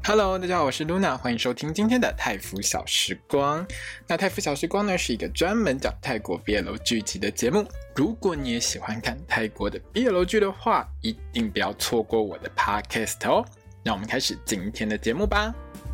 Hello， 大家好，我是 Luna， 欢迎收听今天的泰服小时光。那泰服小时光呢，是一个专门讲泰国 BL 剧集的节目。如果你也喜欢看泰国的 BL 剧的话，一定不要错过我的 Podcast 哦。那我们开始今天的节目吧。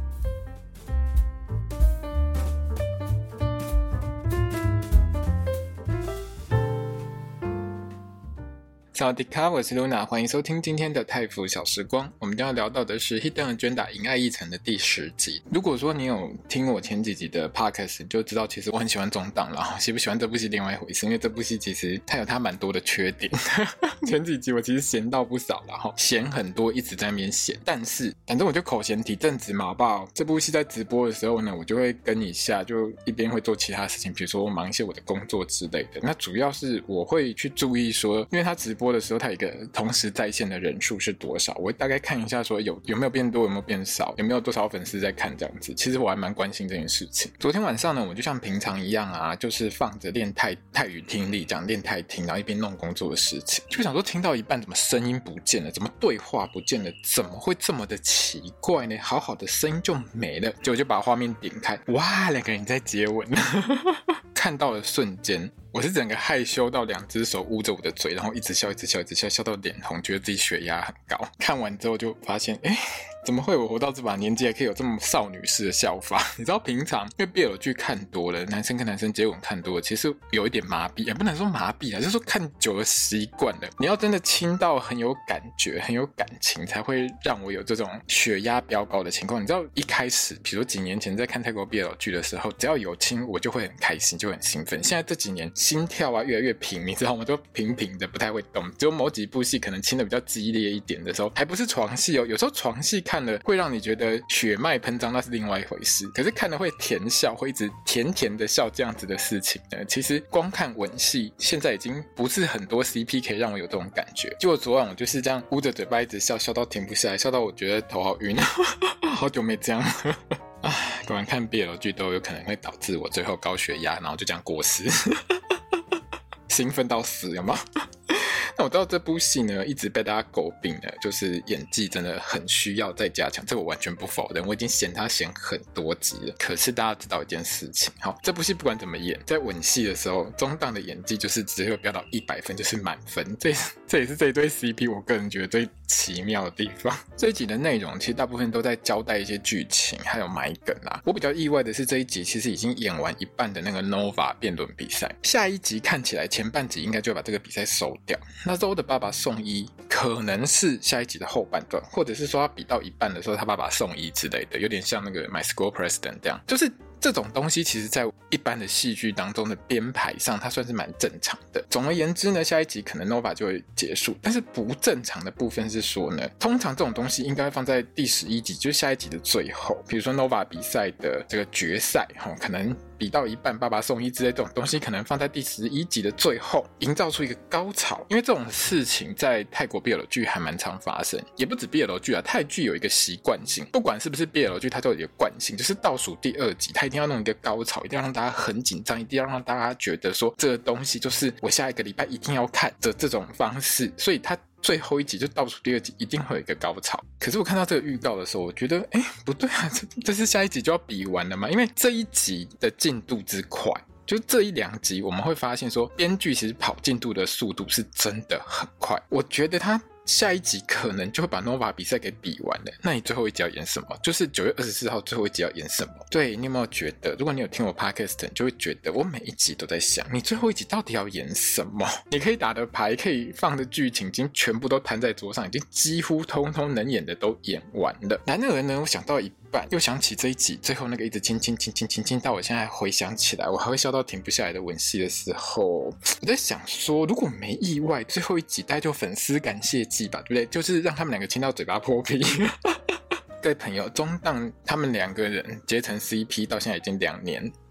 萨瓦迪卡，我是 Luna， 欢迎收听今天的泰服小时光。我们将要聊到的是《Hidden Agenda 银爱一层》的第10集。如果说你有听我前几集的 podcast， 你就知道其实我很喜欢中档啦。喜不喜欢这部戏另外一回事，因为这部戏其实它有它蛮多的缺点。前几集我其实嫌到不少啦，嫌很多，一直在那边嫌。但是反正我就口嫌体正直嘛，好不好？这部戏在直播的时候呢，我就会跟一下，就一边会做其他事情，比如说我忙一些我的工作之类的。那主要是我会去注意说，因为它直播的时候它有一个同时在线的人数是多少，我会大概看一下说有没有变多，有没有变少，有没有多少粉丝在看这样子。其实我还蛮关心这件事情。昨天晚上呢，我就像平常一样啊，就是放着练泰语听力，讲练泰听，然后一边弄工作的事情，就想说听到一半怎么声音不见了，怎么对话不见了，怎么会这么的奇怪呢？好好的声音就没了。结果就把画面点开，哇，两个人在接吻。看到的瞬间，我是整个害羞到2只手捂着我的嘴，然后一直笑一直笑一直笑，笑到脸红，觉得自己血压很高。看完之后就发现，怎么会我活到这把年纪还可以有这么少女式的笑法？你知道平常因为 BL 剧看多了，男生跟男生接吻看多了，其实有一点麻痹，也不能说麻痹啦，就是说看久了习惯了。你要真的亲到很有感觉很有感情，才会让我有这种血压飙高的情况。你知道一开始比如说几年前在看泰国 BL 剧的时候，只要有亲我就会很开心，就很兴奋。现在这几年心跳啊越来越平，你知道吗？就平平的不太会动，只有某几部戏可能亲的比较激烈一点的时候，还不是床戏哦，有时候床戏看了会让你觉得血脉喷张，那是另外一回事。可是看了会甜笑，会一直甜甜的笑，这样子的事情呢，其实光看吻戏现在已经不是很多 CP 可以让我有这种感觉。结果昨晚我就是这样捂着嘴巴一直笑，笑到停不下来，笑到我觉得头好晕。好久没这样。果然看 BL 剧都有可能会导致我最后高血压，然后就这样过世。兴奋到死，有没有？那我知道这部戏呢一直被大家诟病的就是演技真的很需要再加强，这我完全不否认，我已经嫌他嫌很多集了。可是大家知道一件事情，好，这部戏不管怎么演，在吻戏的时候中档的演技就是只会飙到100分，就是满分。这也是这一对 CP 我个人觉得最奇妙的地方。这一集的内容其实大部分都在交代一些剧情还有埋梗啦。我比较意外的是这一集其实已经演完一半的那个 Nova 辩论比赛，下一集看起来前半集应该就会把这个比赛收掉。那Zoe的爸爸送医可能是下一集的后半段，或者是说他比到一半的时候他爸爸送医之类的，有点像那个 My School President 这样。就是这种东西其实在一般的戏剧当中的编排上它算是蛮正常的。总而言之呢，下一集可能 Nova 就会结束。但是不正常的部分是说呢，通常这种东西应该放在第11集，就是下一集的最后。比如说 Nova 比赛的这个决赛，可能比到一半爸爸送医之类这种东西可能放在第11集的最后，营造出一个高潮。因为这种事情在泰国 BL 剧还蛮常发生，也不止 BL 剧啊，泰剧有一个习惯性，不管是不是 BL 剧它都有一个惯性，就是倒数第2集它一定要弄一个高潮，一定要让大家很紧张，一定要让大家觉得说这个东西就是我下一个礼拜一定要看的这种方式，所以它最后一集就倒数第2集一定会有一个高潮。可是我看到这个预告的时候，我觉得不对啊，这是下一集就要比完了吗？因为这一集的进度之快，就这1-2集我们会发现说编剧其实跑进度的速度是真的很快。我觉得他下一集可能就会把 Nova 比赛给比完了，那你最后一集要演什么？就是9月24号最后一集要演什么？对，你有没有觉得，如果你有听我 podcast， 你就会觉得我每一集都在想，你最后一集到底要演什么？你可以打的牌，可以放的剧情已经全部都摊在桌上，已经几乎通通能演的都演完了。然而呢，我想到一半又想起这一集最后那个一直亲到我现在回想起来我还会笑到停不下来的吻戏的时候，我在想说，如果没意外最后一集大概就粉丝感谢祭吧，对不对？就是让他们两个亲到嘴巴破皮。各位朋友，中档他们2个人结成 CP 到现在已经2年，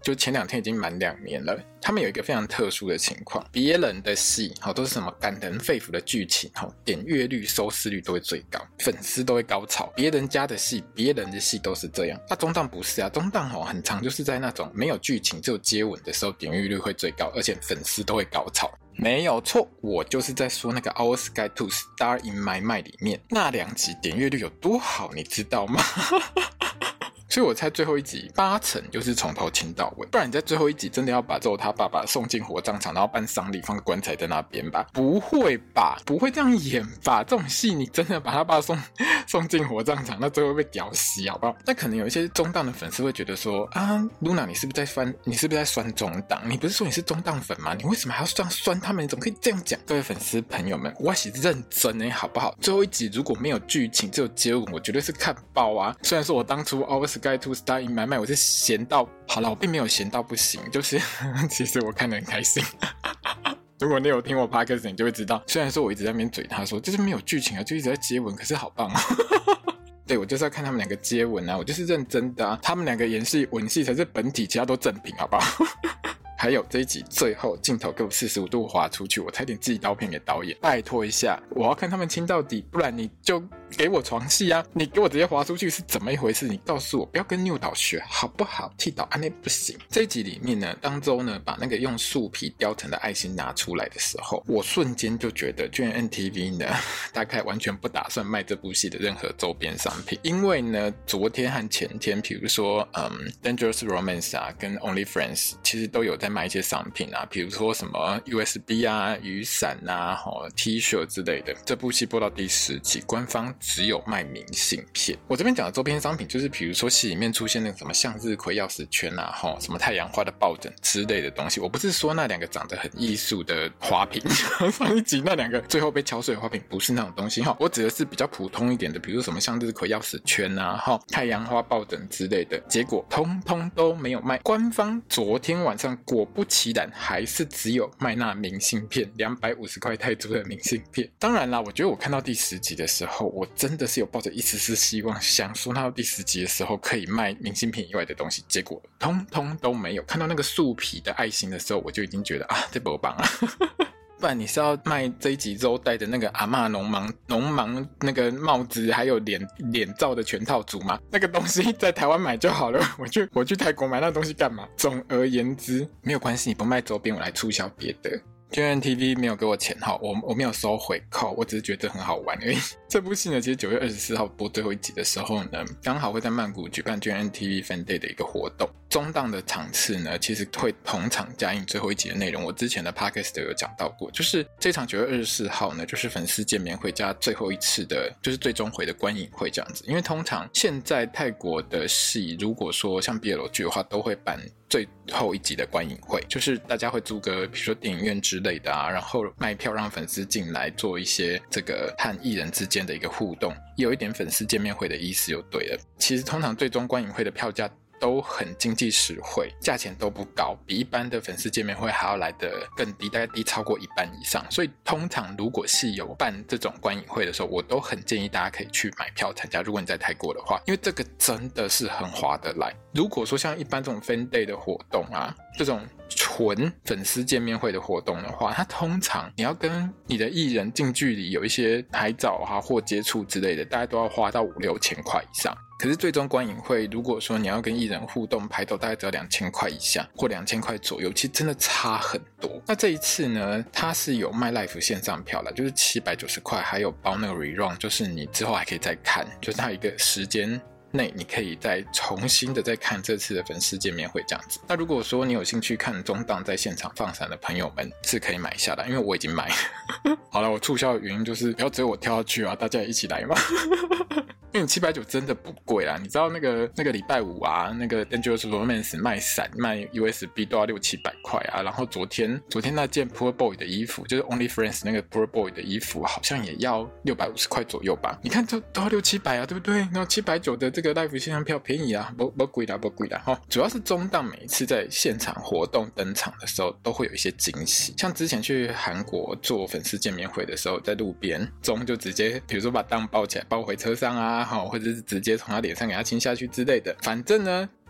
就前2天已经满2年了。他们有一个非常特殊的情况，别人的戏都是什么感人肺腑的剧情，点阅率收视率都会最高，粉丝都会高潮。别人家的戏别人的戏都是这样，那中档不是啊，中档很常就是在那种没有剧情只有接吻的时候点阅率会最高，而且粉丝都会高潮。没有错，我就是在说那个 Our Sky 2 Star in My Mind 里面那2集点阅率有多好，你知道吗？所以我猜最后一集8成就是从头亲到尾，不然你在最后一集真的要把之后他爸爸送进火葬场，然后办丧礼放个棺材在那边吧？不会吧，不会这样演吧？这种戏你真的把他爸送进火葬场，那最后会被屌死好不好？那可能有一些中档的粉丝会觉得说啊 Luna 你是不是在酸中档？你不是说你是中档粉吗？你为什么还要这样酸他们？你怎么可以这样讲？各位粉丝朋友们，我是认真好不好？最后一集如果没有剧情只有接吻，我绝对是看爆啊！虽然说我当初 Our Sky 2 Star in My Mind 我是闲到好了，我并没有闲到不行，就是其实我看得很开心。如果你有听我 podcast 你就会知道，虽然说我一直在那边嘴他说就是没有剧情啊，就一直在接吻，可是好棒啊。对，我就是要看他们两个接吻啊，我就是认真的啊，他们两个演戏吻戏才是本体，其他都正品好不好？还有这一集最后镜头给我45度滑出去，我差点寄刀片给导演，拜托一下，我要看他们亲到底，不然你就给我床戏啊！你给我直接滑出去是怎么一回事？你告诉我，不要跟拗导学好不好？剃导那不行。这一集里面呢，当周呢把那个用树皮雕成的爱心拿出来的时候，我瞬间就觉得居然 NTV 呢大概完全不打算卖这部戏的任何周边商品，因为呢昨天和前天，比如说Dangerous Romance 啊跟 Only Friends 其实都有在卖一些商品啊，比如说什么 USB 啊、雨伞啊、T 恤之类的。这部戏播到第10集，官方只有卖明信片。我这边讲的周边商品就是比如说戏里面出现那个什么向日葵钥匙圈啊、什么太阳花的抱枕之类的东西。我不是说那2个长得很艺术的花瓶，上一集那2个最后被敲碎的花瓶不是那种东西，我指的是比较普通一点的，比如说什么向日葵钥匙圈啊、太阳花抱枕之类的，结果通通都没有卖。官方昨天晚上果不其然还是只有卖那明信片，250块泰铢的明信片。当然啦，我觉得我看到第10集的时候，我真的是有抱着一丝丝希望，想说到第10集的时候可以卖明信片以外的东西，结果通通都没有。看到那个树皮的爱心的时候，我就已经觉得啊，这不棒啊。不然你是要卖这一集之后戴的那个阿嬷农忙那个帽子还有脸罩的全套组吗？那个东西在台湾买就好了，我去泰国买那东西干嘛？总而言之没有关系，你不卖周边我来促销别的。GNTV 没有给我钱我没有收回扣，我只是觉得很好玩而已。这部戏呢，其实9月24号播最后一集的时候呢，刚好会在曼谷举办 GNTV Fan Day 的一个活动。中档的场次呢，其实会同场加映最后一集的内容。我之前的 podcast 有讲到过，就是这场9月24号呢，就是粉丝见面会加最后一次的，就是最终回的观影会这样子。因为通常现在泰国的戏，如果说像 BL 剧的话，都会办最后一集的观影会，就是大家会租个比如说电影院之类的啊，然后卖票让粉丝进来做一些这个和艺人之间的一个互动，有一点粉丝见面会的意思就对了。其实通常最终观影会的票价都很经济实惠，价钱都不高，比一般的粉丝见面会还要来得更低，大概低超过1半以上。所以通常如果是有办这种观影会的时候，我都很建议大家可以去买票参加，如果你在泰国的话，因为这个真的是很划得来。如果说像一般这种 Fan Day 的活动啊，这种纯粉丝见面会的活动的话，它通常你要跟你的艺人近距离有一些拍照啊或接触之类的，大概都要花到5-6千块以上。可是最终观影会，如果说你要跟艺人互动拍照，大概只要2000块以下或2000块左右，其实真的差很多。那这一次呢，它是有卖 Live 线上票的，就是790块，还有包那个 Rerun， 就是你之后还可以再看，就是它有一个时间内你可以再重新的再看这次的粉丝见面会这样子。那如果说你有兴趣看中档在现场放闪的朋友们，是可以买下来，因为我已经买好了，我促销的原因就是不要只有我跳下去啊，大家也一起来嘛因为790真的不贵啦，你知道那个礼拜五啊，那个 Dangerous Romance 卖伞卖 USB 都要600-700块啊，然后昨天那件 Poor Boy 的衣服，就是 Only Friends 那个 Poor Boy 的衣服，好像也要650块左右吧，你看都要600-700啊，对不对？然后790的这个 Live 线上票便宜啊，不贵啦主要是中档每一次在现场活动登场的时候都会有一些惊喜，像之前去韩国做粉丝见面会的时候，在路边中就直接比如说把档抱起来抱回车上啊，或者是直接从他脸上给他亲下去之类的，反正呢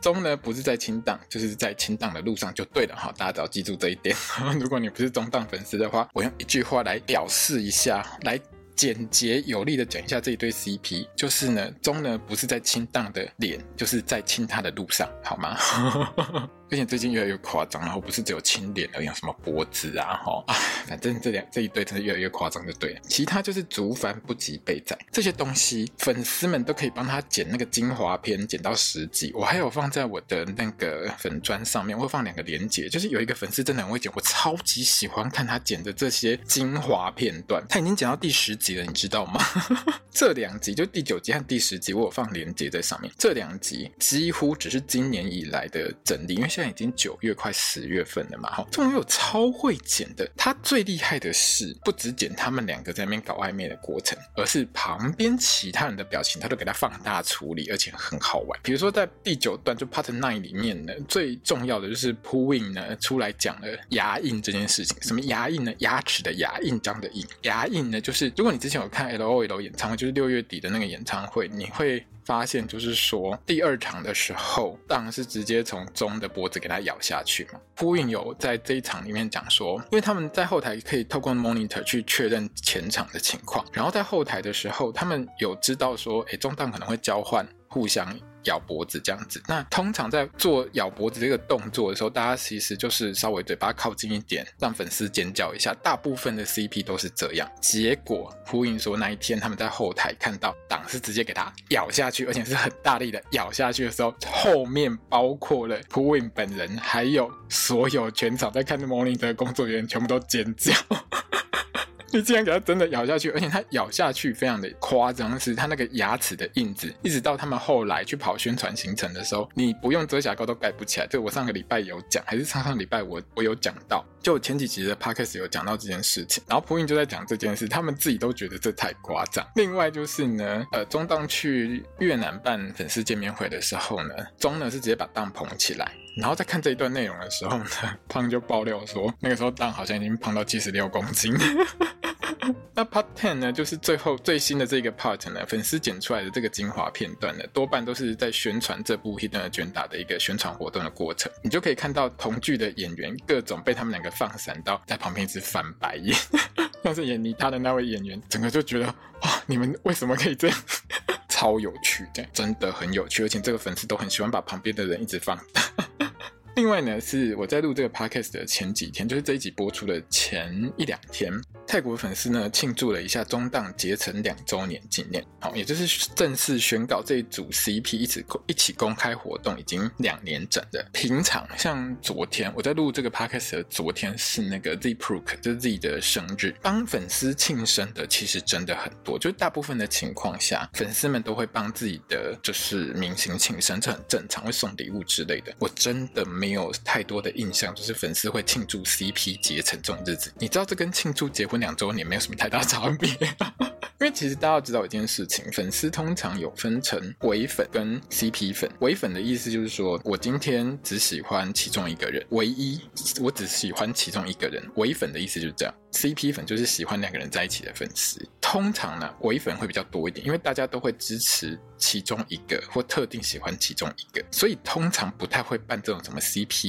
中呢不是在清档，就是在清档的路上就对了哈，大家只要记住这一点。如果你不是中档粉丝的话，我用一句话来表示一下，来简洁有力的讲一下这一对 CP， 就是呢，中呢不是在亲档的脸，就是在亲他的路上，好吗？而且最近越来越夸张，然后不是只有亲脸而已，什么脖子啊，反正这一对真的越来越夸张就对了。其他就是竹繁不及备载，这些东西粉丝们都可以帮他剪那个精华片，剪到10集。我还有放在我的那个粉专上面，我会放2个连结，就是有一个粉丝真的很会剪，我超级喜欢看他剪的这些精华片段。他已经剪到第10集了，你知道吗？这2集就第9集和第10集，我有放连结在上面。这2集几乎只是今年以来的整理，因为现在已经9月快10月份了嘛，这种有超会剪的。他最厉害的是，不只剪他们2个在那边搞暧昧的过程，而是旁边其他人的表情，他都给他放大处理，而且很好玩。比如说在第9段就 Part 9 里面呢，最重要的就是Poo Win呢出来讲了牙印这件事情。什么牙印呢？牙齿的牙，印章的印。牙印呢，就是如果你之前有看 LOL 演唱会，就是6月底的那个演唱会，你会发现就是说第2场的时候，当然是直接从中的脖子给他咬下去嘛。Poo Win有在这一场里面讲说，因为他们在后台可以透过 monitor 去确认前场的情况，然后在后台的时候，他们有知道说，中档可能会交换互相咬脖子这样子。那通常在做咬脖子这个动作的时候，大家其实就是稍微嘴巴靠近一点，让粉丝尖叫一下。大部分的 CP 都是这样。结果Poo Win说那一天他们在后台看到档是直接给他咬下去，而且是很大力的咬下去的时候，后面包括了Poo Win本人，还有所有全场在看的 monitor 的工作人员全部都尖叫。你竟然给他真的咬下去，而且他咬下去非常的夸张，是他那个牙齿的印子，一直到他们后来去跑宣传行程的时候，你不用遮瑕膏都盖不起来。这个我上个礼拜有讲，还是上礼拜我有讲到，就前几集的 podcast 有讲到这件事情，然后Poo Win就在讲这件事，他们自己都觉得这太夸张。另外就是呢，中档去越南办粉丝见面会的时候呢，中呢是直接把档捧起来。然后在看这一段内容的时候呢，胖就爆料说，那个时候档好像已经胖到76公斤。那 Part 10 呢，就是最新的这个 Part 呢，粉丝剪出来的这个精华片段呢，多半都是在宣传这部 Hidden Agenda 的一个宣传活动的过程。你就可以看到同剧的演员各种被他们2个放闪到，在旁边一直翻白眼。像是演妮他的那位演员，整个就觉得哇，你们为什么可以这样？超有趣的，真的很有趣，而且这个粉丝都很喜欢把旁边的人一直放大。另外呢，是我在录这个 podcast 的前几天，就是这一集播出的前1-2天，泰国粉丝呢庆祝了一下中档结成2周年纪念，也就是正式宣告这一组 CP 一起公开活动已经2年整了。平常像昨天我在录这个 podcast 的昨天是那个 Z-Prook 就是 Z 的生日，帮粉丝庆生的其实真的很多，就是大部分的情况下，粉丝们都会帮自己的就是明星庆生，这很正常，会送礼物之类的。我真的没有太多的印象，就是粉丝会庆祝 CP 结成这种日子。你知道这跟庆祝结婚2周年没有什么太大差别。因为其实大家要知道一件事情，粉丝通常有分成唯粉跟 CP 粉。唯粉的意思就是说，我今天只喜欢其中一个人，唯一我只喜欢其中一个人。唯粉的意思就是这样。CP 粉就是喜欢2个人在一起的粉丝。通常呢，唯粉会比较多一点，因为大家都会支持其中一个或特定喜欢其中一个，所以通常不太会办这种什么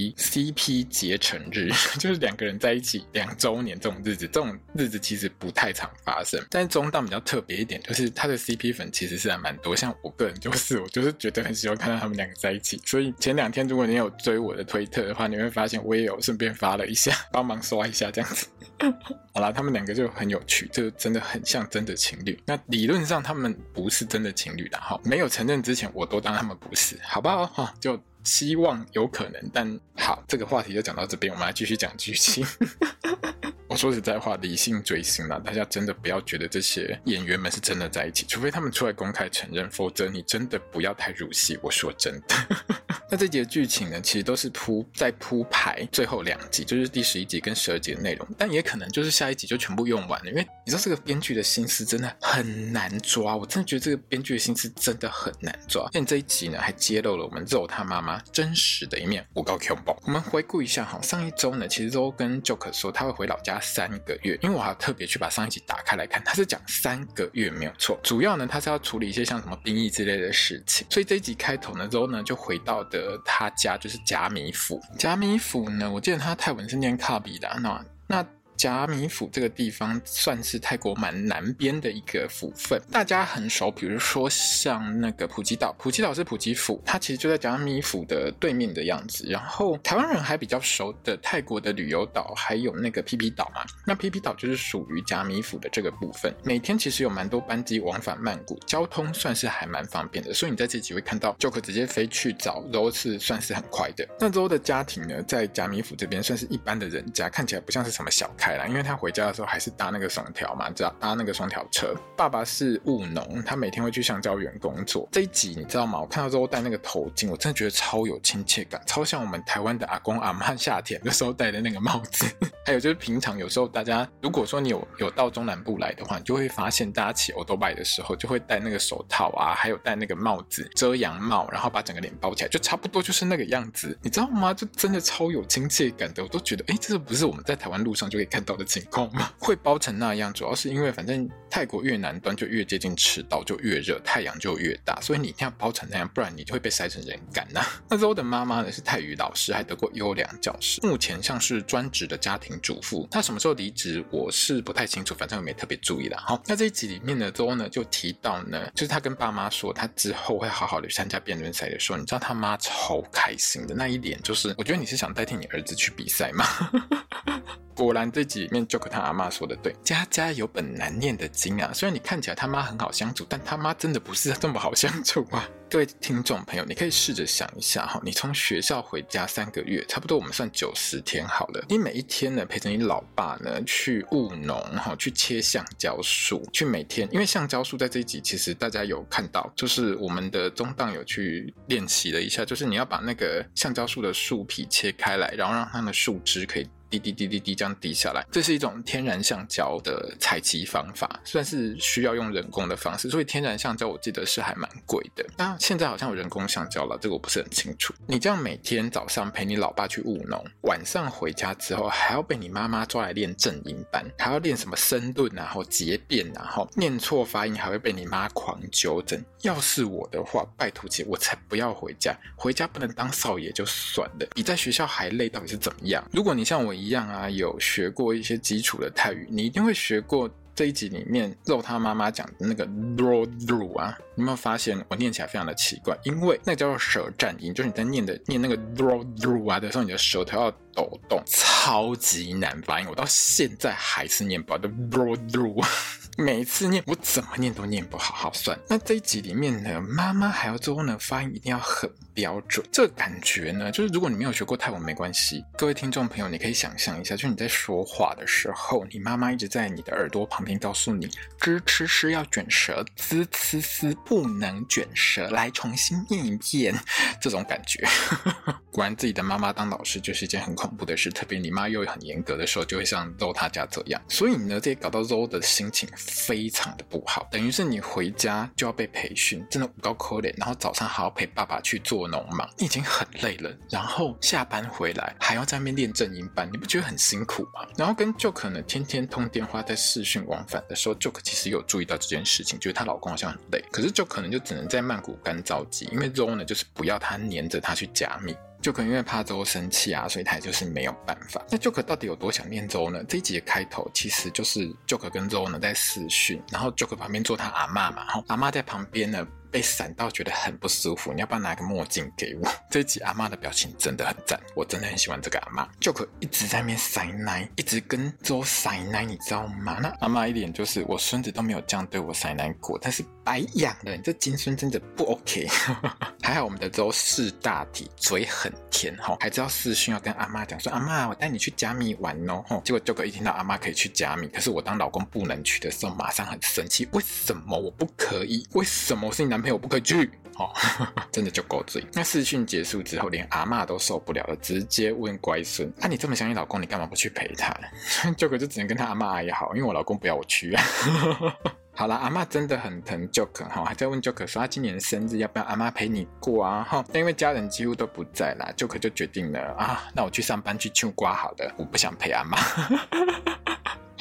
CP 结成日，就是2个人在一起2周年这种日子，这种日子其实不太常发生。但是中档比较特别一点，就是他的 CP 粉其实是还蛮多，像我个人我就是觉得很喜欢看到他们2个在一起，所以前2天如果你有追我的推特的话，你会发现我也有顺便发了一下，帮忙刷一下这样子。好啦，他们2个就很有趣，就真的很像真的情侣。那理论上他们不是真的情侣啦，没有承认之前我都当他们不是，好不好？就希望有可能，但好，这个话题就讲到这边，我们来继续讲剧情。我说实在话，理性追星啦，大家真的不要觉得这些演员们是真的在一起，除非他们出来公开承认，否则你真的不要太入戏，我说真的。那这集的剧情呢，其实都是在铺排最后2集，就是第11集跟12集的内容，但也可能就是下一集就全部用完了，因为你知道这个编剧的心思真的很难抓，我真的觉得这个编剧的心思真的很难抓。因为这一集呢，还揭露了我们肉他妈妈真实的一面，我告恐怖。我们回顾一下上一周呢，其实都跟 Joker 说他会回老家 3个月，因为我还特别去把上一集打开来看，他是讲3个月没有错。主要呢，他是要处理一些像什么兵役之类的事情，所以这一集开头呢之后呢，就回到的他家，就是甲米府。甲米府呢，我记得他泰文是念卡比的，那甲米府这个地方算是泰国蛮南边的一个府份，大家很熟，比如说像那个普吉岛，普吉岛是普吉府，它其实就在甲米府的对面的样子。然后台湾人还比较熟的泰国的旅游岛还有那个皮皮岛嘛，那皮皮岛就是属于甲米府的这个部分，每天其实有蛮多班机往返曼谷，交通算是还蛮方便的，所以你在这集会看到 Joke 直接飞去找 Ro 是算是很快的。那 Ro 的家庭呢，在甲米府这边算是一般的人家，看起来不像是什么小开啦，因为他回家的时候还是搭那个双条嘛，搭那个双条车。爸爸是务农，他每天会去橡胶园工作。这一集你知道吗？我看到之后戴那个头巾，我真的觉得超有亲切感，超像我们台湾的阿公阿嬷夏天的时候戴的那个帽子。还有就是平常有时候大家如果说你有到中南部来的话，你就会发现大家骑欧多拜的时候就会戴那个手套啊，还有戴那个帽子遮阳帽，然后把整个脸包起来，就差不多就是那个样子，你知道吗？就真的超有亲切感的，我都觉得这不是我们在台湾路上就可以看到的情况吗？会包成那样主要是因为反正泰国越南端就越接近赤道就越热，太阳就越大，所以你一定要包成那样，不然你就会被晒成人干啊。那Ro的妈妈呢是泰语老师，还得过优良教师，目前像是专职的家庭主妇。她什么时候离职我是不太清楚，反正我没特别注意啦。好，那这一集里面呢Ro呢就提到呢，就是他跟爸妈说他之后会好好的参加辩论赛的时候，你知道他妈超开心的那一脸，就是我觉得你是想代替你儿子去比赛吗？果然这集里面 Joke 他阿嬷说的对，家家有本难念的经啊，虽然你看起来他妈很好相处，但他妈真的不是这么好相处啊。各位听众朋友，你可以试着想一下，你从学校回家3个月，差不多我们算90天好了，你每一天呢陪着你老爸呢去务农，去切橡胶树，去每天，因为橡胶树在这一集其实大家有看到，就是我们的中档有去练习了一下，就是你要把那个橡胶树的树皮切开来，然后让它的树枝可以滴滴滴滴滴这样滴下来，这是一种天然橡胶的采集方法，算是需要用人工的方式，所以天然橡胶我记得是还蛮贵的。那现在好像有人工橡胶了，这个我不是很清楚。你这样每天早上陪你老爸去务农，晚上回家之后还要被你妈妈抓来练正音班，还要练什么申论啊、结辩啊，念错发音还会被你妈狂纠正。要是我的话，拜托姐，我才不要回家，回家不能当少爷就算了，比在学校还累到底是怎么样？如果你像我一样啊，有学过一些基础的泰语，你一定会学过这一集里面Ro他妈妈讲的那个 Ro 啊，你有没有发现我念起来非常的奇怪？因为那个叫做舌战音，就是你在念那个 Ro 啊的时候，你的舌头要抖动，超级难发音，我到现在还是念不好的 Ro 每一次念我怎么念都念不好，好算。那这一集里面呢，妈妈还要Ro呢发音一定要很标准，这个感觉呢，就是如果你没有学过泰文没关系，各位听众朋友你可以想象一下，就是你在说话的时候，你妈妈一直在你的耳朵旁边告诉你支吃是要卷舌，滋吃丝不能卷舌，来重新念一遍，这种感觉果然自己的妈妈当老师就是一件很恐怖的事，特别你妈又很严格的时候，就会像Ro他家这样，所以呢这也搞到Ro的心情非常的不好，等于是你回家就要被培训，真的有够可怜，然后早上还要陪爸爸去做农忙，你已经很累了，然后下班回来还要在那边练正音班，你不觉得很辛苦吗？然后跟Joke呢天天通电话，在视讯往返的时候，Joke其实有注意到这件事情，觉得她老公好像很累，可是Joke可能就只能在曼谷干着急，因为Ro呢就是不要他黏着他去加密，就可能因为怕Ro生气啊，所以他就是没有办法。那Joke到底有多想念Ro呢？这一集的开头其实就是Joke跟Ro呢在视讯，然后Joke旁边坐他阿嬷嘛，阿嬷在旁边呢被闪到觉得很不舒服，你要不要拿个墨镜给我？这一集阿嬷的表情真的很赞，我真的很喜欢这个阿嬷。Joke一直在那边塞奶，一直跟Ro塞奶，你知道吗？那阿嬷一脸就是我孙子都没有这样对我塞奶过，但是白养了，你这金孙真的不 OK 还好我们的Ro识大体，嘴很甜，还知道视讯要跟阿嬷讲说阿嬷我带你去甲米玩哦。结果Joke一听到阿嬷可以去甲米，可是我当老公不能去的时候马上很生气，为什么我不可以？为什么我是你男朋友我不可以去？真的就够醉。那视讯结束之后，连阿嬷都受不了了，直接问乖孙啊，你这么相信老公，你干嘛不去陪他？Joke就只能跟他阿嬷阿姨好，因为我老公不要我去啊好啦，阿嬷真的很疼Joke，还在问Joke说他今年生日要不要阿嬷陪你过啊？但因为家人几乎都不在啦，Joke就决定了啊，那我去上班去唱歌好了，我不想陪阿嬷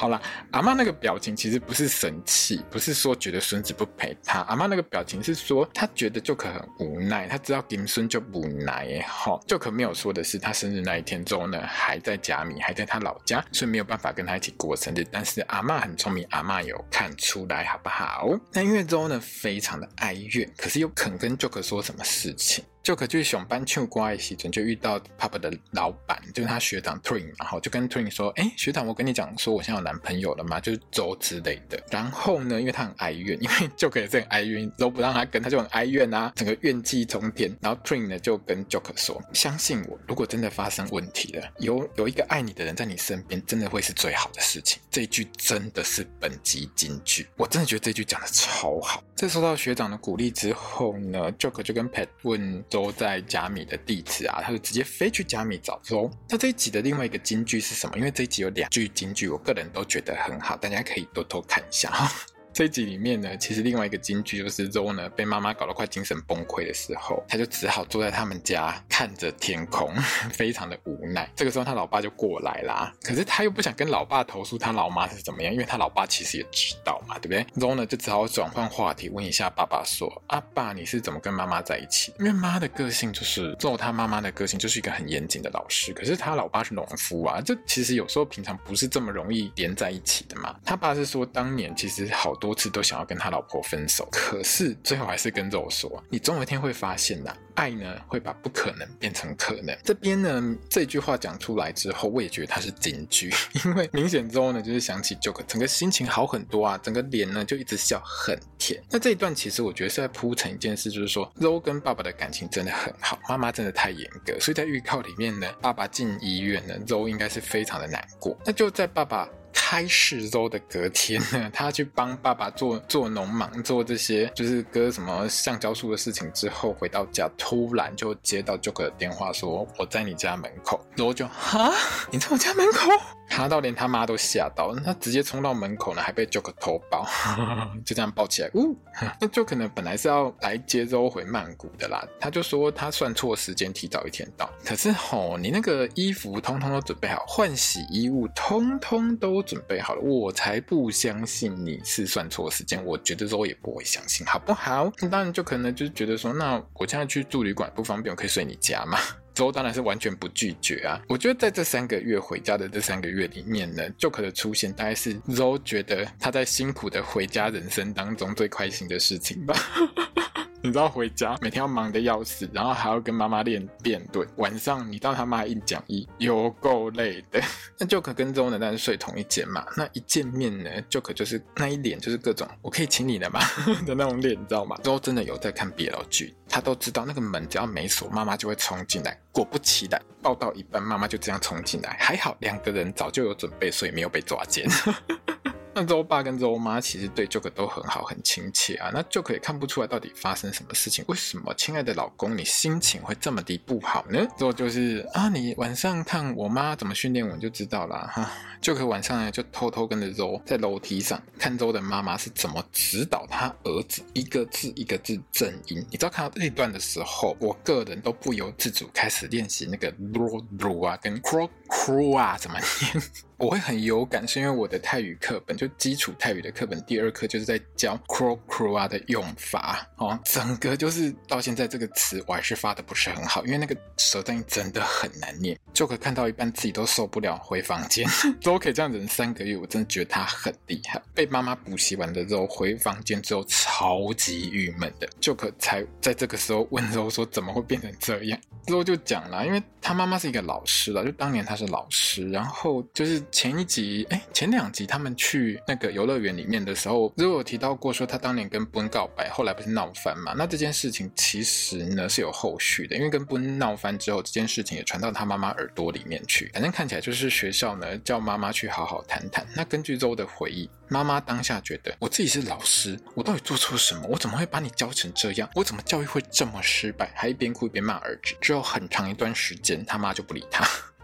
好啦，阿嬷那个表情其实不是生气，不是说觉得孙子不陪他，阿嬷那个表情是说她觉得就可很无奈，她知道金孙就无奈耶齁。就可没有说的是她生日那一天之后呢还在甲米，还在她老家，所以没有办法跟她一起过生日。但是阿嬷很聪明，阿嬷有看出来好不好？那因为周呢非常的哀怨，可是又肯跟 Joker 说什么事情。Joker 去上班唱歌的时候就遇到 Papa 的老板，就是他学长 Twin， 然后就跟 Twin 说学长我跟你讲说我现在有男朋友了嘛，就是周之类的。然后呢因为他很哀怨，因为 Joker 也是很哀怨，周不让他跟，他就很哀怨啊，整个怨气冲天。然后 Twin 呢就跟 Joker 说，相信我，如果真的发生问题了，有一个爱你的人在你身边真的会是最好的事情。这一句真的是本集金句，我真的觉得这句讲的超好。在收到学长的鼓励之后呢 Joker 就跟 Pat 问周在甲米的地址啊，他就直接飞去甲米找周。那这一集的另外一个金句是什么？因为这一集有2句金句，我个人都觉得很好，大家可以多多看一下。这一集里面呢，其实另外一个金句就是周呢被妈妈搞得快精神崩溃的时候，他就只好坐在他们家看着天空，非常的无奈。这个时候他老爸就过来啦，可是他又不想跟老爸投诉他老妈是怎么样，因为他老爸其实也知道嘛，对不对？周呢就只好转换话题，问一下爸爸说，阿爸你是怎么跟妈妈在一起的？因为妈的个性就是周他妈妈的个性就是一个很严谨的老师，可是他老爸是农夫啊，这其实有时候平常不是这么容易连在一起的嘛。他爸是说当年其实好多次都想要跟他老婆分手，可是最后还是跟周说，你总有一天会发现啊，爱呢会把不可能变成可能。这边呢这句话讲出来之后，我也觉得它是金句，因为明显周呢就是想起 Joker， 整个心情好很多啊，整个脸呢就一直笑很甜。那这一段其实我觉得是在铺陈一件事，就是说周跟爸爸的感情真的很好，妈妈真的太严格，所以在预告里面呢，爸爸进医院呢，周应该是非常的难过。那就在爸爸开市周的隔天呢，他去帮爸爸做农忙，做这些就是割什么橡胶树的事情之后，回到家突然就接到 Joker 的电话说我在你家门口。然后就哈，你在我家门口？哈到连他妈都吓到，他直接冲到门口呢，还被 Joker 偷抱，就这样抱起来。那 Joker 呢本来是要来接周回曼谷的啦，他就说他算错时间，提早1天到。可是你那个衣服通通都准备好，换洗衣物通通都准备好了，我才不相信你是算错时间，我觉得周也不会相信，好不好？当然就可能就是觉得说，那我现在去住旅馆不方便，我可以睡你家嘛。周当然是完全不拒绝啊！我觉得在这3个月回家的这3个月里面呢 ，Joker 的出现大概是周觉得他在辛苦的回家人生当中最开心的事情吧。你知道回家每天要忙得要死，然后还要跟妈妈练辩论，晚上你到他妈一讲一，有够累的。那 Joker 跟周呢当然睡同一间嘛，那一见面呢 Joker 就是那一脸就是各种我可以请你了吗的那种脸，你知道吗？周真的有在看 BL 剧，他都知道那个门只要没锁，妈妈就会冲进来。果不其然，抱到一半妈妈就这样冲进来，还好2个人早就有准备，所以没有被抓奸。那周爸跟周妈其实对 Joker 都很好很亲切啊，那 Joker 也看不出来到底发生什么事情，为什么亲爱的老公你心情会这么的不好呢？周就是你晚上看我妈怎么训练我就知道啦哈。Joker 晚上呢就偷偷跟着周在楼梯上看周的妈妈是怎么指导他儿子一个字一个字正音。你知道看到这一段的时候，我个人都不由自主开始练习那个 ru 啊跟 cro 啊怎么念。我会很有感，是因为我的泰语课本就基础泰语的课本第2课就是在教 cro 啊的用法整个就是到现在这个词我还是发的不是很好，因为那个舌战真的很难念。Joker 看到一半自己都受不了，回房间。周可以这样忍3个月，我真的觉得他很厉害。被妈妈补习完的周回房间之后超级郁闷的， Joker 才在这个时候问周说怎么会变成这样。周就讲啦，因为他妈妈是一个老师啦，就当年他是老师，然后就是前2集他们去那个游乐园里面的时候，如果有提到过说他当年跟 Boon 告白，后来不是闹翻嘛？那这件事情其实呢是有后续的，因为跟 Boon 闹翻之后，这件事情也传到他妈妈耳朵里面去。反正看起来就是学校呢叫妈妈去好好谈谈。那根据周的回忆，妈妈当下觉得我自己是老师，我到底做错什么？我怎么会把你教成这样？我怎么教育会这么失败？还一边哭一边骂儿子。之后很长一段时间他妈就不理他。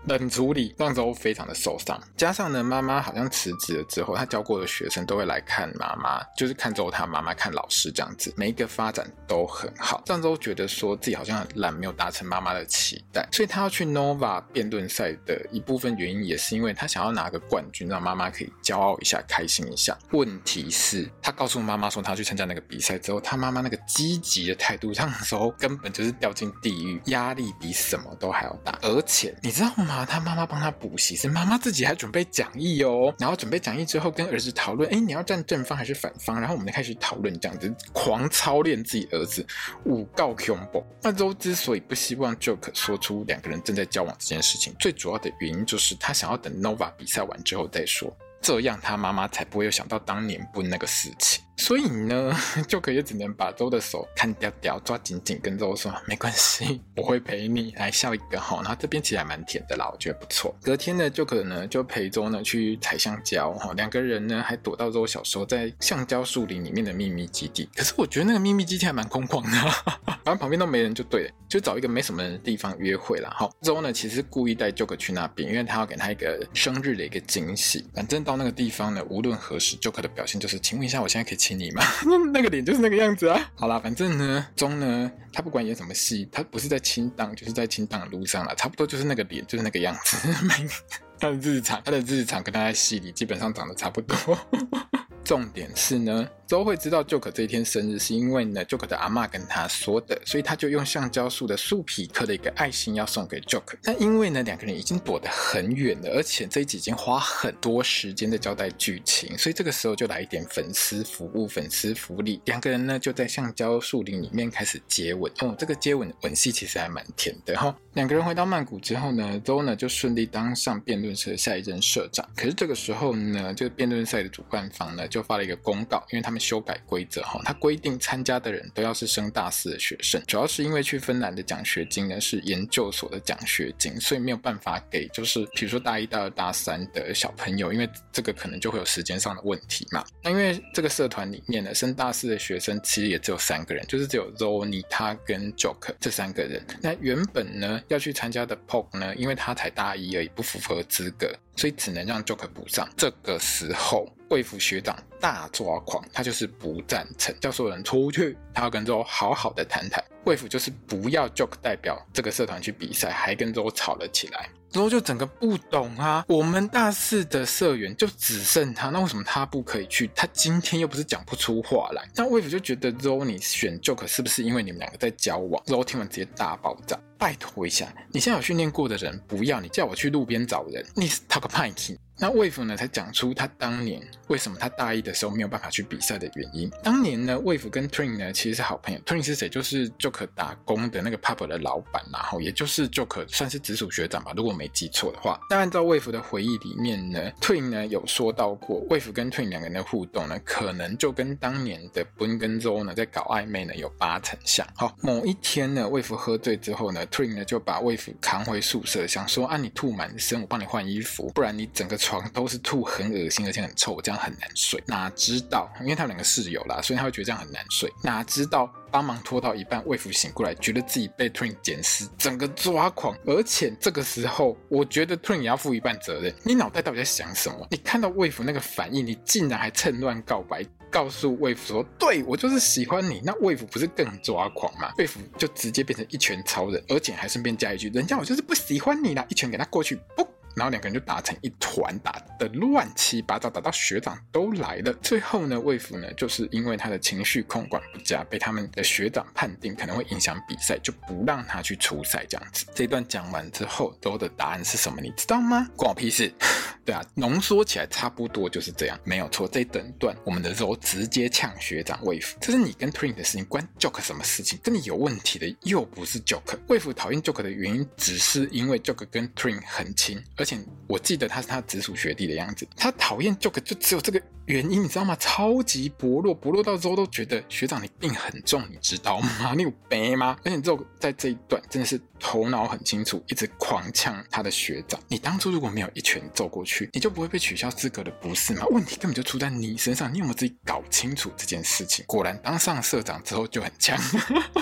冷处理，让周非常的受伤。加上呢，妈妈好像辞职了之后，他教过的学生都会来看妈妈，就是看周他妈妈看老师这样子，每一个发展都很好，让周觉得说自己好像很烂，没有达成妈妈的期待，所以他要去 Nova 辩论赛的一部分原因也是因为他想要拿个冠军，让妈妈可以骄傲一下，开心一下。问题是他告诉妈妈说他要去参加那个比赛之后，他妈妈那个积极的态度让周根本就是掉进地狱，压力比什么都还要大。而且你知道吗，他妈妈帮他补习，是妈妈自己还准备讲义哦，然后准备讲义之后跟儿子讨论，你要站正方还是反方，然后我们就开始讨论，这样子狂操练自己儿子，诬告恐怖。那周之所以不希望 Joke 说出两个人正在交往这件事情，最主要的原因就是他想要等 Nova 比赛完之后再说，这样他妈妈才不会有想到当年不那个事情。所以呢，Joke 也只能把周的手看掉掉，抓紧紧，跟周说没关系，我会陪你，来笑一个齁。然后这边其实还蛮甜的啦，我觉得不错。隔天呢，Joke 呢就陪周呢去采橡胶，两个人呢还躲到周小时候在橡胶树林里面的秘密基地。可是我觉得那个秘密基地还蛮空旷的，反正旁边都没人就对了，就找一个没什么人的地方约会啦。周呢其实故意带 Joke 去那边，因为他要给他一个生日的一个惊喜。反正到那个地方呢，无论何时 Joke 的表现就是请问一下我现在可以亲你吗？那个脸就是那个样子啊。好啦，反正呢周呢他不管演什么戏，他不是在清档就是在清档的路上啦，差不多就是那个脸就是那个样子。他的日常跟他在戏里基本上长得差不多。重点是呢，周会知道 Joke 这一天生日是因为呢 Joke 的阿嬷跟他说的，所以他就用橡胶树的树皮刻了一个爱心要送给 Joke。 但因为呢两个人已经躲得很远了，而且这一集已经花很多时间在交代剧情，所以这个时候就来一点粉丝服务粉丝福利，两个人呢就在橡胶树林里面开始接吻。这个接吻吻戏其实还蛮甜的齁。两个人回到曼谷之后呢，周呢就顺利当上辩论社的下一任社长。可是这个时候呢，这个辩论赛的主办方呢就发了一个公告，因为他们修改规则，他规定参加的人都要是升大4的学生，主要是因为去芬兰的奖学金呢是研究所的奖学金，所以没有办法给就是比如说大1大2大3的小朋友，因为这个可能就会有时间上的问题嘛。那因为这个社团里面呢，升大4的学生其实也只有3个人，就是只有 Ronnie 他跟 Joke 这3个人。那原本呢要去参加的 Poke 呢，因为他才大1而已，不符合资格，所以只能让 Joke 补上。这个时候卫福学长大抓狂，他就是不赞成，叫所有人出去，他要跟周好好的谈谈。卫福就是不要 Joke 代表这个社团去比赛，还跟周吵了起来。周就整个不懂啊，我们大4的社员就只剩他，那为什么他不可以去？他今天又不是讲不出话来。那卫福就觉得周你选 Joke 是不是因为你们两个在交往？周听完直接大爆炸，拜托一下，你现在有训练过的人不要，你叫我去路边找人，你是讨个派气。那卫福呢才讲出他当年为什么他大1的时候没有办法去比赛的原因。当年呢卫福跟 Trin 呢其实是好朋友， Trin 是谁？就是 Joke 打工的那个 pub 的老板，然后也就是 Joke 算是直属学长吧，如果没记错的话。那按照卫福的回忆里面呢， Trin 呢有说到过卫福跟 Trin 两个人的互动呢，可能就跟当年的 Boon 跟 Zo 呢在搞暧昧呢有8成像。好，某一天呢卫福喝醉之后呢， Trin 呢就把卫福扛回宿舍，想说你吐满身我帮你换衣服，不然你整个床都是吐，很恶心而且很臭，这样很难睡。哪知道因为他们两个室友啦，所以他会觉得这样很难睡。哪知道帮忙拖到一半，卫福醒过来，觉得自己被 Trin 捡尸，整个抓狂。而且这个时候我觉得 Trin 也要负一半责任，你脑袋到底在想什么？你看到卫福那个反应，你竟然还趁乱告白，告诉卫福说对，我就是喜欢你。那卫福不是更抓狂吗？卫福就直接变成一拳超人，而且还顺便加一句，人家我就是不喜欢你啦，一拳给他过去，嘣，然后两个人就打成一团，打得乱七八糟，打到学长都来了。最后呢，卫福呢就是因为他的情绪控管不佳，被他们的学长判定可能会影响比赛，就不让他去出赛这样子。这一段讲完之后，周的答案是什么你知道吗？关我屁事。对啊，浓缩起来差不多就是这样，没有错。这一整段我们的周直接呛学长卫福，这是你跟 Trin 的事情，关 Joke 什么事情？跟你有问题的又不是 Joke。卫福讨厌 Joke 的原因只是因为 Joke 跟 Trin 很亲，而且我记得他是他直属学弟的样子。他讨厌 Joke 就只有这个原因，你知道吗？超级薄弱，薄弱到周都觉得学长你病很重，你知道吗？你有病吗？而且周在这一段真的是头脑很清楚，一直狂呛他的学长。你当初如果没有一拳揍过去，你就不会被取消资格的，不是吗？问题根本就出在你身上，你有没有自己搞清楚这件事情？果然当上社长之后就很呛。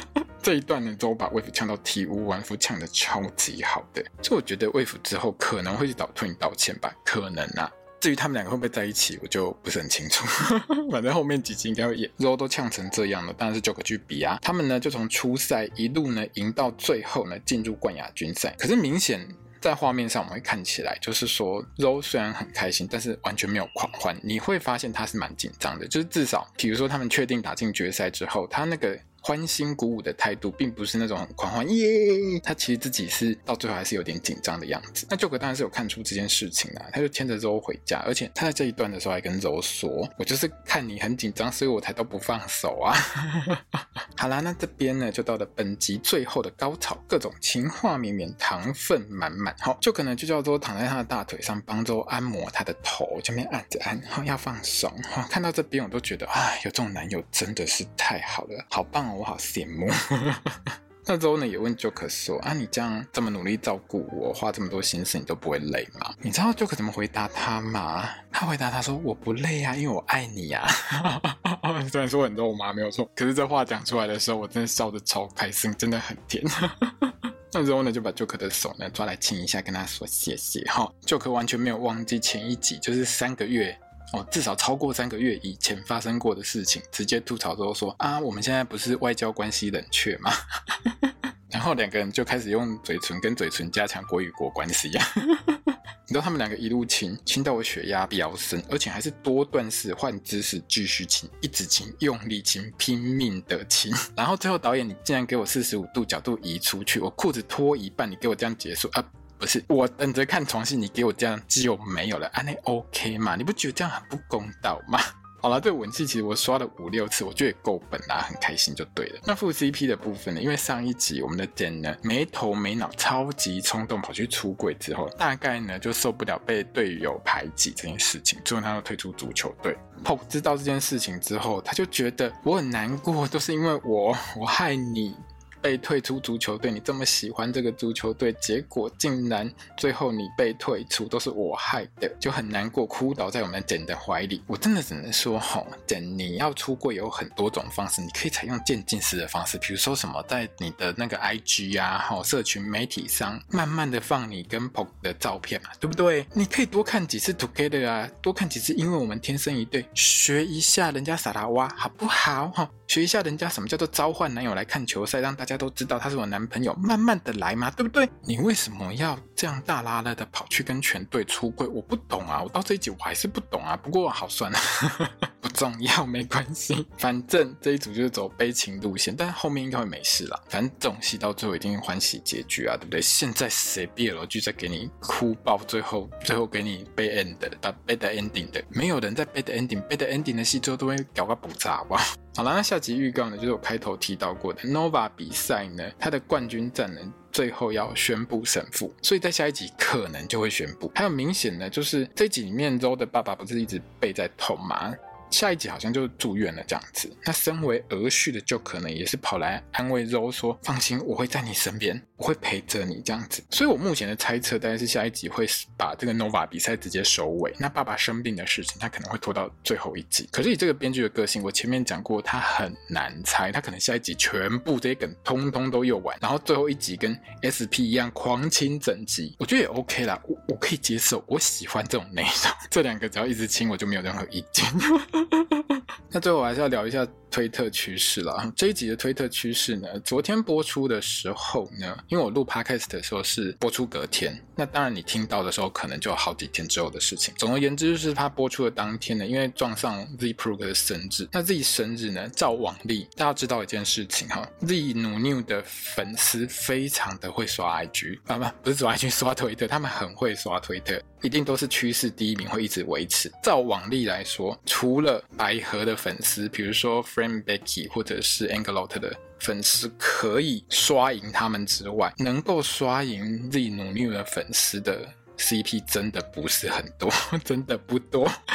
这一段呢都把魏福呛到体无完肤，呛得超级好的，所以我觉得魏福之后可能会去找 Twin 道歉吧，可能啊。至于他们两个会不会在一起，我就不是很清楚。反正后面几集应该会演。Zoe 都呛成这样了，当然是 Joker 去比啊。他们呢就从初赛一路呢赢到最后呢进入冠亚军赛。可是明显在画面上我们会看起来，就是说 Zoe 虽然很开心，但是完全没有狂欢。你会发现他是蛮紧张的，就是至少比如说他们确定打进决赛之后，他那个欢欣鼓舞的态度并不是那种很狂欢耶，他其实自己是到最后还是有点紧张的样子。那 Joker 当然是有看出这件事情啊，他就牵着 Zoe 回家，而且他在这一段的时候还跟 Zoe 说，我就是看你很紧张，所以我才都不放手啊。好啦，那这边呢就到了本集最后的高潮，各种情话绵绵，糖分满满。就可能就叫做躺在他的大腿上，帮Zoe按摩他的头，这边按着按，要放松。看到这边我都觉得有这种男友真的是太好了，好棒哦，我好羡慕。那Zoe呢也问 Joker 说你这么努力照顾我，花这么多心思，你都不会累吗？你知道 Joker 怎么回答他吗？他回答他说，我不累啊，因为我爱你啊。虽然说很肉麻没有错，可是这话讲出来的时候我真的笑得超开心，真的很甜。那Zoe呢就把 Joker 的手呢抓来亲一下，跟他说谢谢。Joker 完全没有忘记前一集就是3个月至少超过3个月以前发生过的事情，直接吐槽之后说我们现在不是外交关系冷却吗？然后两个人就开始用嘴唇跟嘴唇加强国与国关系你知道他们两个一路亲到我血压飙升，而且还是多段式换姿势继续亲，一直亲，用力亲，拼命的亲。然后最后导演你竟然给我45度角度移出去，我裤子脱一半，你给我这样结束不是，我等着看床戏，你给我这样就没有了那 OK 吗？你不觉得这样很不公道吗？好啦，这个吻戏其实我刷了5-6次，我觉得也够本啦，很开心就对了。那副 CP 的部分呢，因为上一集我们的Dan呢没头没脑超级冲动跑去出柜之后，大概呢就受不了被队友排挤这件事情，最后他又退出足球队。Poke 知道这件事情之后，他就觉得我很难过，都是因为我害你被退出足球队，你这么喜欢这个足球队，结果竟然最后你被退出，都是我害的，就很难过，哭倒在我们简的怀里。我真的只能说简，你要出柜有很多种方式，你可以采用渐进式的方式，比如说什么在你的那个 IG 社群媒体上慢慢的放你跟 Poke 的照片嘛，对不对？你可以多看几次 Together 多看几次因为我们天生一对，学一下人家萨拉哇好不好？学一下人家什么叫做召唤男友来看球赛，让大家都知道他是我男朋友，慢慢的来嘛，对不对？你为什么要这样大拉拉的跑去跟全队出柜？我不懂啊，我到这一集我还是不懂啊。不过好算了，不重要，没关系，反正这一组就是走悲情路线，但后面应该会没事啦。反正这种戏到最后一定欢喜结局啊，对不对？现在谁 BL 剧在给你哭爆，最后给你 bad end 的 bad ending 的，没有人在 bad ending 的戏最后都会搞个补炸，好不好？好啦，那下集预告呢，就是我开头提到过的 Nova 比赛呢，它的冠军战呢最后要宣布胜负，所以在下一集可能就会宣布。还有明显呢，就是这一集里面 Zoe 的爸爸不是一直背在痛吗？下一集好像就住院了这样子。那身为儿婿的Joker呢，也是跑来安慰Zoe说，放心，我会在你身边，我会陪着你这样子。所以我目前的猜测大概是下一集会把这个 Nova 比赛直接收尾，那爸爸生病的事情他可能会拖到最后一集。可是以这个编剧的个性，我前面讲过他很难猜，他可能下一集全部这些梗通通都用完，然后最后一集跟 SP 一样狂亲整集，我觉得也 OK 啦，我可以接受，我喜欢这种内容。这两个只要一直亲我就没有任何意见。那最后我还是要聊一下推特趋势啦。这一集的推特趋势呢，昨天播出的时候呢，因为我录 podcast 的时候是播出隔天，那当然你听到的时候可能就有好几天之后的事情。总而言之就是他播出的当天呢，因为撞上 Z Prug 的生日，那 Z 生日呢，照往例大家知道一件事情，Z 努 New 的粉丝非常的会刷 IG 不是刷 IG 刷推特，他们很会刷推特，一定都是趋势第一名，会一直维持。照往例来说，除了百合的粉丝，比如说 Frame Becky 或者是 Angelot 的粉丝可以刷赢他们之外，能够刷赢 Z 努 New 的粉丝的 CP 真的不是很多，真的不多。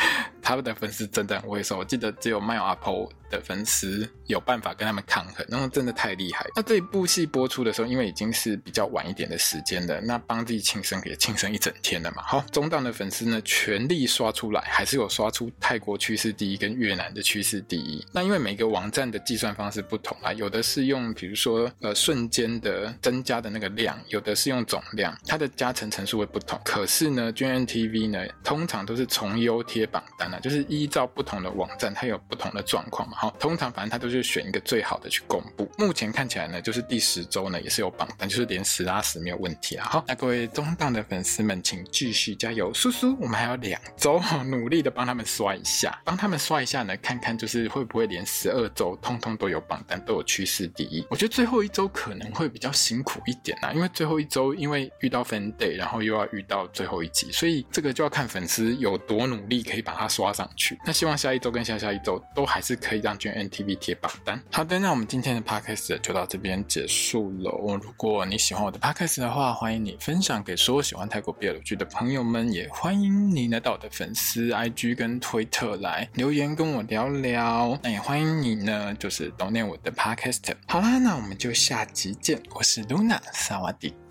他们的粉丝真的很会收，我记得只有 Mile Apple 的粉丝有办法跟他们抗衡，然后真的太厉害。那这一部戏播出的时候，因为已经是比较晚一点的时间了，那帮自己庆生也庆生一整天了嘛。好，中档的粉丝呢全力刷出来，还是有刷出泰国趋势第一跟越南的趋势第一。那因为每个网站的计算方式不同啦，有的是用比如说瞬间的增加的那个量，有的是用总量，它的加成层数会不同。可是呢 GMMTV 呢通常都是从优贴榜单啦，就是依照不同的网站它有不同的状况嘛。好，通常反正它都是选一个最好的去公布。目前看起来呢就是第10周呢也是有榜单，就是连10拉10没有问题啦。好，那各位中档的粉丝们请继续加油，叔叔我们还有2周努力的帮他们刷一下，帮他们刷一下呢，看看就是会不会连12周通通都有榜单，都有趋势第一。我觉得最后1周可能会比较辛苦一点啦，因为最后1周因为遇到 Fan Day， 然后又要遇到最后1集，所以这个就要看粉丝有多努力可以把它刷上去。那希望下1周跟下1周都还是可以让 GMMTV 贴榜单。好的，那我们今天的 Podcast 就到这边结束了。如果你喜欢我的 Podcast 的话，欢迎你分享给所有喜欢泰国 BL 剧的朋友们，也欢迎你来到我的粉丝 IG 跟推特来留言跟我聊聊。那也欢迎你呢就是donate我的 Podcast。好啦，那我们就下集见，我是 Luna， 萨瓦迪